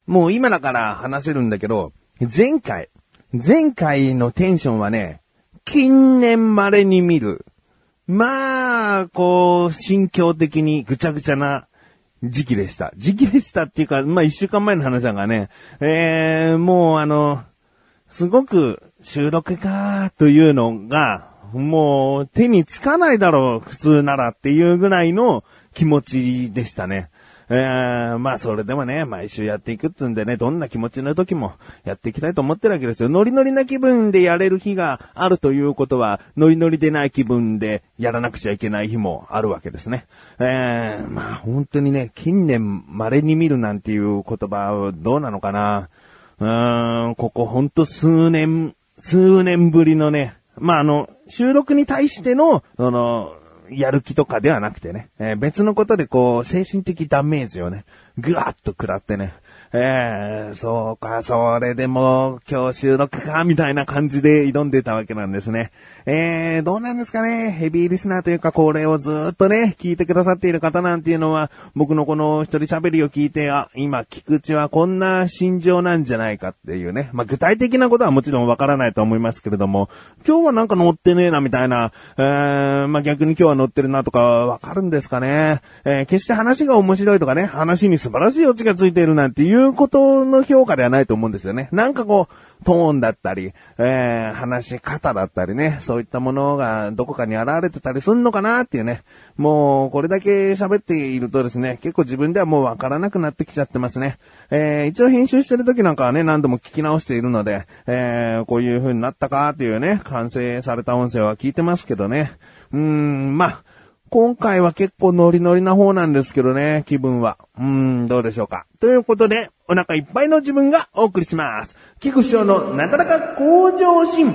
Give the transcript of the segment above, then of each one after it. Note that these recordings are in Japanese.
もう今だから話せるんだけど、前回のテンションはね、近年稀に見る。まあ、心境的にぐちゃぐちゃな時期でした。時期でしたっていうか、まあ一週間前の話だからね。もうすごく収録かというのが、もう手につかないだろう、普通ならっていうぐらいの気持ちでしたね。まあそれでもね、毎週やっていくっつんでね、どんな気持ちの時もやっていきたいと思ってるわけですよ。ノリノリな気分でやれる日があるということは、ノリノリでない気分でやらなくちゃいけない日もあるわけですね。まあ本当にね、近年稀に見るなんていう言葉はどうなのかな。ここほんと数年ぶりのね、まあ収録に対しての、やる気とかではなくてね、別のことで精神的ダメージをね、ぐわっと食らってね、そうか、それでも今日収録か、みたいな感じで挑んでたわけなんですね。どうなんですかね、ヘビーリスナーというか、これをずっとね、聞いてくださっている方なんていうのは、僕のこの一人喋りを聞いて、今、菊池はこんな心情なんじゃないかっていうね、まあ、具体的なことはもちろんわからないと思いますけれども、今日はなんか乗ってねえな、みたいな、まあ、逆に今日は乗ってるなとか、わかるんですかね。決して話が面白いとかね、話に素晴らしいオチがついているなんていうことの評価ではないと思うんですよね。なんかトーンだったり、話し方だったりね、そういったものがどこかに現れてたりすんのかなっていうね。もうこれだけ喋っているとですね、結構自分ではもうわからなくなってきちゃってますね。一応編集してる時なんかはね、何度も聞き直しているので、こういう風になったかっていうね、完成された音声は聞いてますけどね。まあ、今回は結構ノリノリな方なんですけどね、気分は。どうでしょうか。ということで、お腹いっぱいの自分がお送りします。菊師匠のなだらか向上心。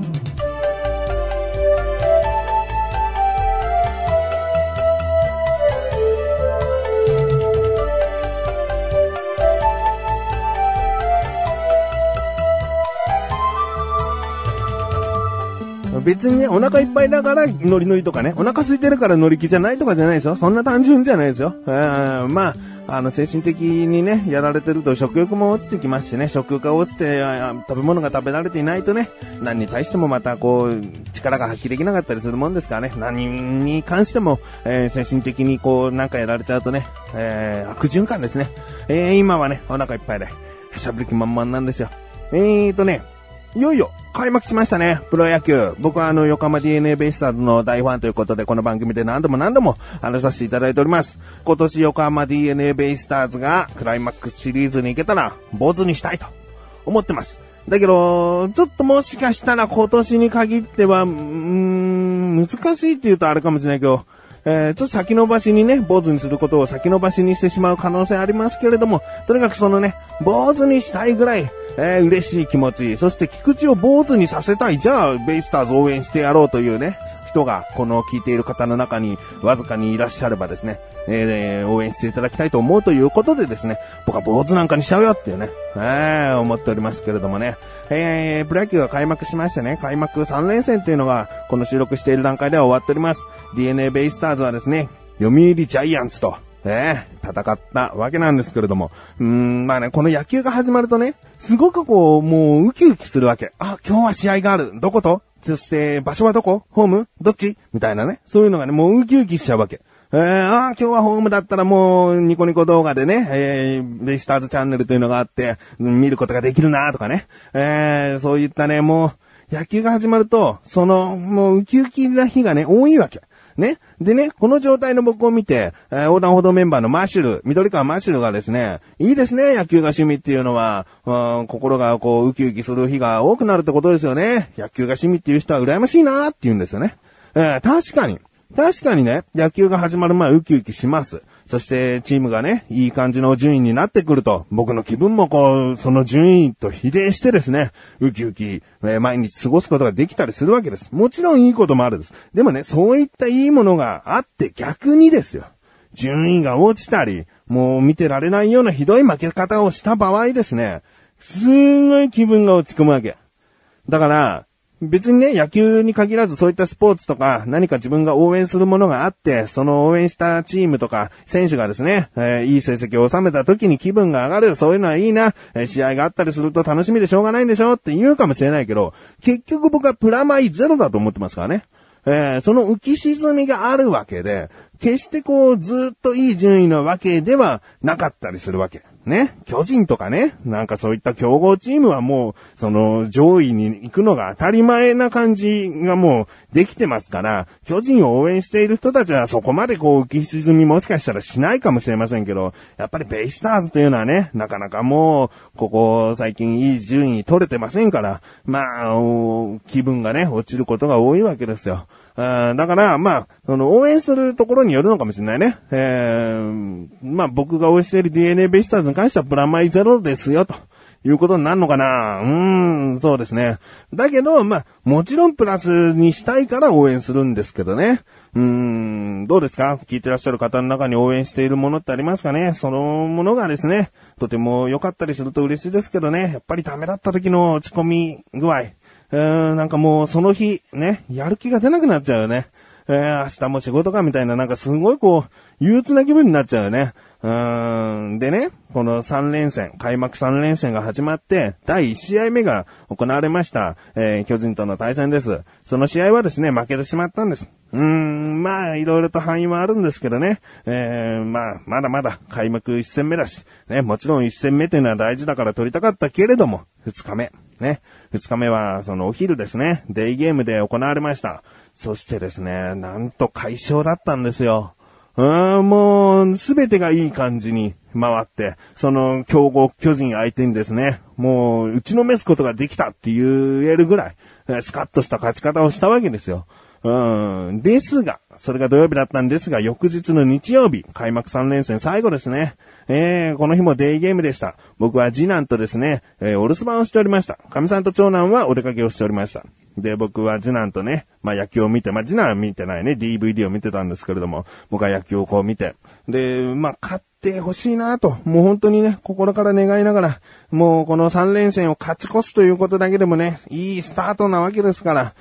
別にね、お腹いっぱいだからノリノリとかね、お腹空いてるから乗り気じゃないとかじゃないですよ。そんな単純じゃないですよ。まあ、精神的にね、やられてると食欲も落ちてきますしね、食欲が落ちて、食べ物が食べられていないとね、何に対してもまた力が発揮できなかったりするもんですからね、何に関しても、精神的になんかやられちゃうとね、悪循環ですね。今はね、お腹いっぱいで、喋る気満々なんですよ。いよいよ開幕しましたね、プロ野球。僕は横浜 DNA ベイスターズの大ファンということで、この番組で何度も話させていただいております。今年横浜 DNA ベイスターズがクライマックスシリーズに行けたら、坊主にしたいと思ってます。だけど、ちょっともしかしたら今年に限っては、難しいって言うとあれかもしれないけど、ちょっと先延ばしにね、坊主にすることを先延ばしにしてしまう可能性ありますけれども、とにかくそのね、坊主にしたいぐらい、嬉しい気持ち、そして菊池を坊主にさせたい、じゃあベイスターズ応援してやろうというね、人がこの聞いている方の中にわずかにいらっしゃればですね、応援していただきたいと思うということでですね、僕は坊主なんかにしちゃうよっていうね、思っておりますけれどもね、プロ野球が開幕しましてね、開幕3連戦っていうのがこの収録している段階では終わっております。DNA ベイスターズはですね、読売ジャイアンツと戦ったわけなんですけれども、まあね、この野球が始まるとね、すごくもうウキウキするわけ。今日は試合がある。どこと？そして場所はどこ？ホーム？どっち？みたいなね、そういうのがね、もうウキウキしちゃうわけ。今日はホームだったらもうニコニコ動画でね、ベイスターズチャンネルというのがあって、見ることができるなとかね、そういったね、もう野球が始まると、もうウキウキな日がね、多いわけ。ね。でね、この状態の僕を見て、横断歩道メンバーの緑川マシュルがですね、いいですね、野球が趣味っていうのは、心がウキウキする日が多くなるってことですよね。野球が趣味っていう人は羨ましいなって言うんですよね。確かにね、野球が始まる前ウキウキします。そしてチームがね、いい感じの順位になってくると、僕の気分もその順位と比例してですね、ウキウキ、毎日過ごすことができたりするわけです。もちろんいいこともあるです。でもね、そういったいいものがあって逆にですよ。順位が落ちたり、もう見てられないようなひどい負け方をした場合ですね、すんごい気分が落ち込むわけ。だから、 別にね、野球に限らずそういったスポーツとか何か自分が応援するものがあって、その応援したチームとか選手がですね、いい成績を収めた時に気分が上がる、そういうのはいいな、試合があったりすると楽しみでしょうがないんでしょって言うかもしれないけど、結局僕はプラマイゼロだと思ってますからね。その浮き沈みがあるわけで、決してこうずっといい順位なわけではなかったりするわけ。ね。巨人とかね。なんかそういった強豪チームはもう、その上位に行くのが当たり前な感じがもうできてますから、巨人を応援している人たちはそこまでこう浮き沈みもしかしたらしないかもしれませんけど、やっぱりベイスターズというのはね、なかなかもう、ここ最近いい順位取れてませんから、まあ、気分がね、落ちることが多いわけですよ。だから、まあ、応援するところによるのかもしれないね。まあ、僕が応援している DNA ベイスターズに関してはプラマイゼロですよ、ということになるのかな。そうですね。だけど、まあ、もちろんプラスにしたいから応援するんですけどね。どうですか？聞いてらっしゃる方の中に応援しているものってありますかね？そのものがですね、とても良かったりすると嬉しいですけどね、やっぱりダメだった時の落ち込み具合。なんかもうその日、ね、やる気が出なくなっちゃうよね。明日も仕事かみたいな、なんかすごいこう、憂鬱な気分になっちゃうよね。でね、この3連戦、開幕3連戦が始まって、第1試合目が行われました。巨人との対戦です。その試合はですね、負けてしまったんです。まあ、いろいろと範囲はあるんですけどね。まあ、まだまだ開幕1戦目だし、ね、もちろん1戦目というのは大事だから取りたかったけれども、2日目。ね。2日目は、そのお昼ですね。デイゲームで行われました。そしてですね、なんと快勝だったんですよ。もう、すべてがいい感じに回って、その強豪巨人相手にですね、もう、打ちのめすことができたって言えるぐらい、スカッとした勝ち方をしたわけですよ。ですが、それが土曜日だったんですが、翌日の日曜日、開幕3連戦最後ですね。この日もデイゲームでした。僕は次男とですね、お留守番をしておりました。かみさんと長男はお出かけをしておりました。で、僕は次男とね、まあ野球を見て、まあ次男は見てないね、DVD を見てたんですけれども、僕は野球をこう見て、で、まあ勝ってほしいなと、もう本当にね、心から願いながら、もうこの3連戦を勝ち越すということだけでもね、いいスタートなわけですから、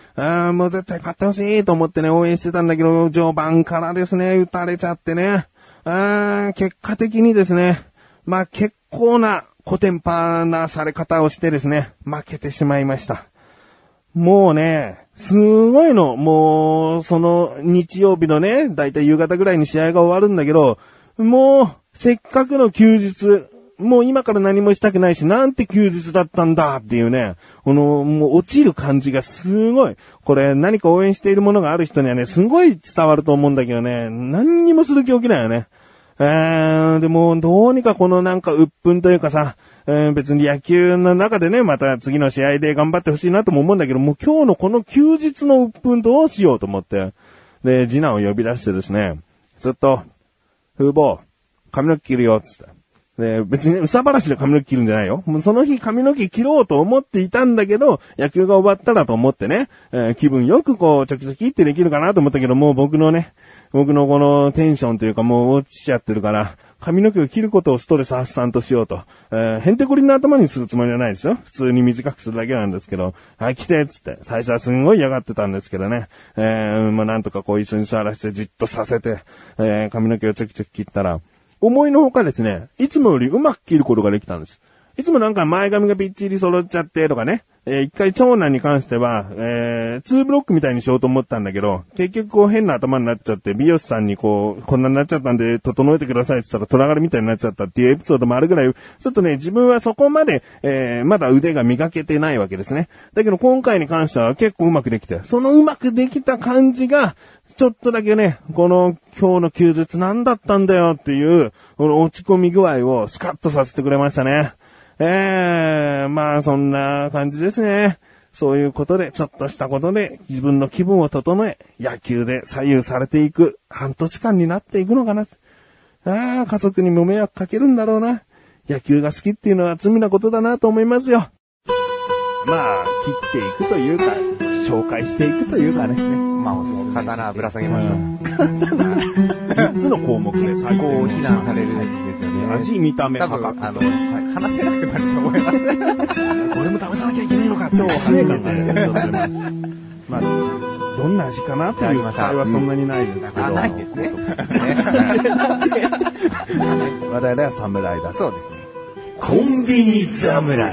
もう絶対勝ってほしいと思ってね、応援してたんだけど、序盤からですね、打たれちゃってね、結果的にですね、まあ結構なコテンパーなされ方をしてですね、負けてしまいました。もうね、すごいの。もう、その日曜日のね、だいたい夕方ぐらいに試合が終わるんだけど、もう、せっかくの休日、もう今から何もしたくないし、なんて休日だったんだっていうね、もう落ちる感じがすごい。これ何か応援しているものがある人にはね、すごい伝わると思うんだけどね、何にもする気起きないよね。でも、どうにかこのなんか鬱憤というかさ、別に野球の中でね、また次の試合で頑張ってほしいなとも思うんだけど、もう今日のこの休日の鬱憤どうしようと思って。で、次男を呼び出してですね、ずっと、風貌、髪の毛切るよ、つって。で、別にうさばらしで髪の毛切るんじゃないよ。もうその日髪の毛切ろうと思っていたんだけど、野球が終わったらと思ってね、気分よくこう、チョキチョキってできるかなと思ったけど、もう僕のこのテンションというかもう落ちちゃってるから、髪の毛を切ることをストレス発散としようと。へんてこりんの頭にするつもりはないですよ。普通に短くするだけなんですけど、はい、来てっつって、最初はすんごい嫌がってたんですけどね。まあ、なんとかこう椅子に座らせてじっとさせて、髪の毛をチョキチョキ切ったら、思いのほかですね、いつもよりうまく切ることができたんです。いつもなんか前髪がぴっちり揃っちゃってとかね、一回長男に関しては、2ブロックみたいにしようと思ったんだけど、結局こう変な頭になっちゃって、美容師さんにこう、こんなになっちゃったんで、整えてくださいって言ったら、虎柄みたいになっちゃったっていうエピソードもあるぐらい、ちょっとね、自分はそこまで、まだ腕が磨けてないわけですね。だけど今回に関しては結構うまくできて、そのうまくできた感じが、ちょっとだけね、この今日の休日何だったんだよっていう、この落ち込み具合をスカッとさせてくれましたね。まあそんな感じですね。そういうことで、ちょっとしたことで自分の気分を整え、野球で左右されていく半年間になっていくのかな。家族にも迷惑かけるんだろうな。野球が好きっていうのは罪なことだなと思いますよ。まあ、切っていくというか、紹介していくというかね。 まあ、刀ぶら下げましょう。 3つの項目で最高非難されるんですよね。 味、見た目、 多分、 価格。 話話せなくなると思います。 これも試さなきゃいけないのかってお話なんでね、ちょっとね。まあ、どんな味かなっていう会話はそんなにないですけど。 ないですね。 我々は侍だ。 そうですね。 コンビニ侍。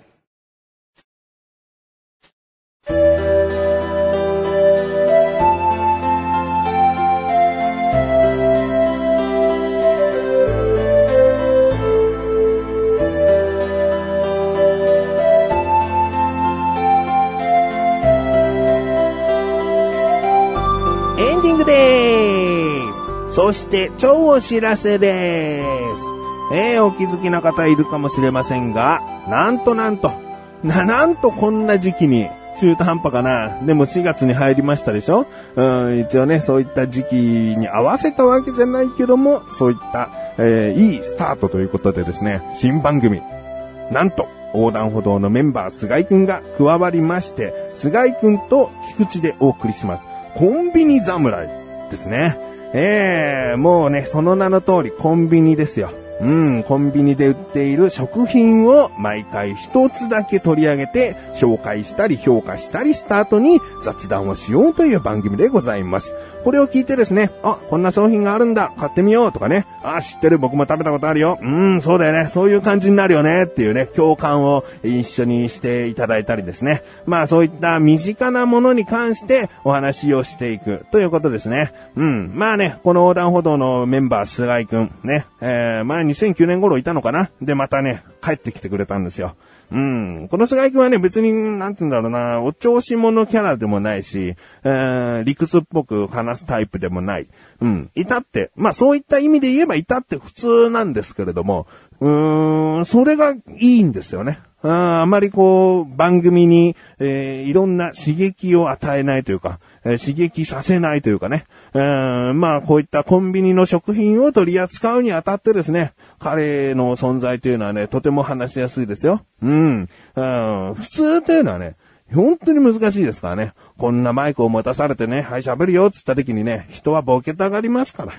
エンディングでーす。そして超お知らせでーす。お気づきな方いるかもしれませんが、なんとこんな時期に、中途半端かな。でも4月に入りましたでしょ？一応ね、そういった時期に合わせたわけじゃないけども、そういった、いいスタートということでですね、新番組。なんと、横断歩道のメンバー、菅井くんが加わりまして、菅井くんと菊池でお送りします。コンビニ侍ですね。もうね、その名の通りコンビニですよ。コンビニで売っている食品を毎回一つだけ取り上げて紹介したり評価したりした後に雑談をしようという番組でございます。これを聞いてですね、こんな商品があるんだ、買ってみようとかね、知ってる、僕も食べたことあるよ、そうだよね、そういう感じになるよねっていうね、共感を一緒にしていただいたりですね。まあそういった身近なものに関してお話をしていくということですね。まあね、この横断歩道のメンバー菅井くんね、2009年頃いたのかな？で、またね、帰ってきてくれたんですよ。この菅井くんはね、別に、なんて言うんだろうな、お調子者キャラでもないし、理屈っぽく話すタイプでもない。いたって、まあそういった意味で言えばいたって普通なんですけれども、それがいいんですよね。あまりこう、番組に、いろんな刺激を与えないというか、刺激させないというかね。まあこういったコンビニの食品を取り扱うにあたってですね、彼の存在というのはね、とても話しやすいですよ。普通というのはね、本当に難しいですからね。こんなマイクを持たされてね、はい喋るよって言った時にね、人はボケたがりますから。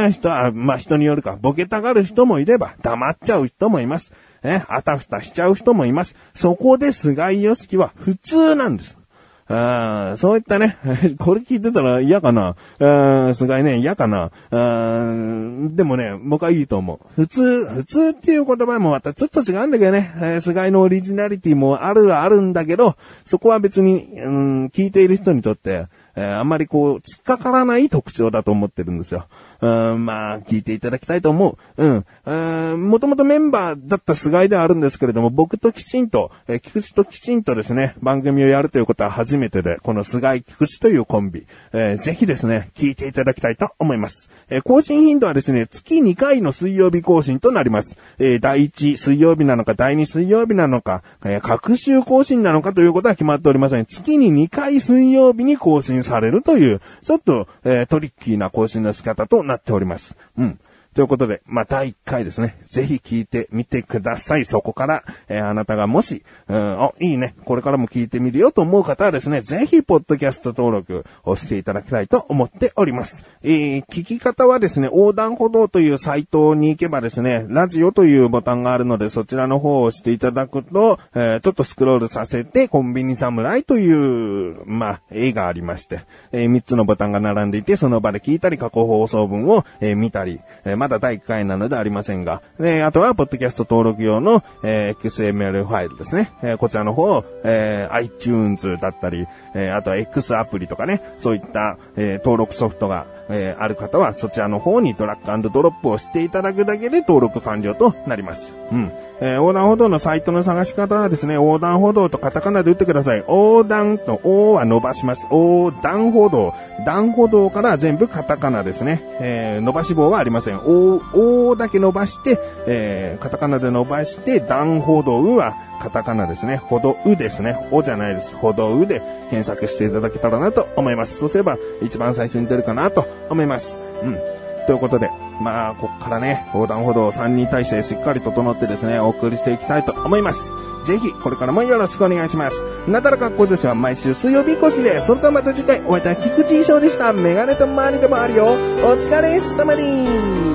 人によるか、ボケたがる人もいれば、黙っちゃう人もいます。あたふたしちゃう人もいます。そこで菅井良樹は普通なんです。そういったね、これ聞いてたら嫌かな。菅井ね、嫌かな。でもね、僕はいいと思う。普通っていう言葉もまたちょっと違うんだけどね、菅井のオリジナリティもあるんだけど、そこは別に、聞いている人にとって、あんまりこう、突っかからない特徴だと思ってるんですよ。まあ、聞いていただきたいと思う。もともとメンバーだった菅井ではあるんですけれども、僕ときちんと、菊池ときちんとですね、番組をやるということは初めてで、この菅井菊池というコンビ、ぜひですね、聞いていただきたいと思います。更新頻度はですね、月2回の水曜日更新となります。第1水曜日なのか、第2水曜日なのか、各週更新なのかということは決まっておりません。月に2回水曜日に更新されるという、ちょっと、トリッキーな更新の仕方となっております。ということで、第1回ですね。ぜひ聞いてみてください。そこから、あなたがもし、いいね、これからも聞いてみるよと思う方はですね、ぜひ、ポッドキャスト登録をしていただきたいと思っております。聞き方はですね、横断歩道というサイトに行けばですね、ラジオというボタンがあるので、そちらの方を押していただくと、ちょっとスクロールさせて、コンビニ侍という、絵がありまして、3つのボタンが並んでいて、その場で聞いたり、過去放送分を、見たり、まだ第1回なのでありませんが、あとは、ポッドキャスト登録用の、XML ファイルですね。こちらの方、iTunes だったり、あとは X アプリとかね、そういった、登録ソフトが、ある方は、そちらの方にドラッグ&ドロップをしていただくだけで登録完了となります。横断歩道のサイトの探し方はですね、横断歩道とカタカナで打ってください。横断と O は伸ばします。横断歩道。断歩道から全部カタカナですね。伸ばし棒はありません。O だけ伸ばして、カタカナで伸ばして、断歩道はカタカナですね。歩道ですね。O じゃないです。歩道で検索していただけたらなと思います。そうすれば一番最初に出るかなと思います。ということで、こっからね、横断歩道3人体制しっかり整ってですね、お送りしていきたいと思います。ぜひ、これからもよろしくお願いします。なだらかっこ女子は毎週水曜日更新で、それとはまた次回、お会いいたい菊池衣装でした。メガネと周りでもあるよ。お疲れ様に。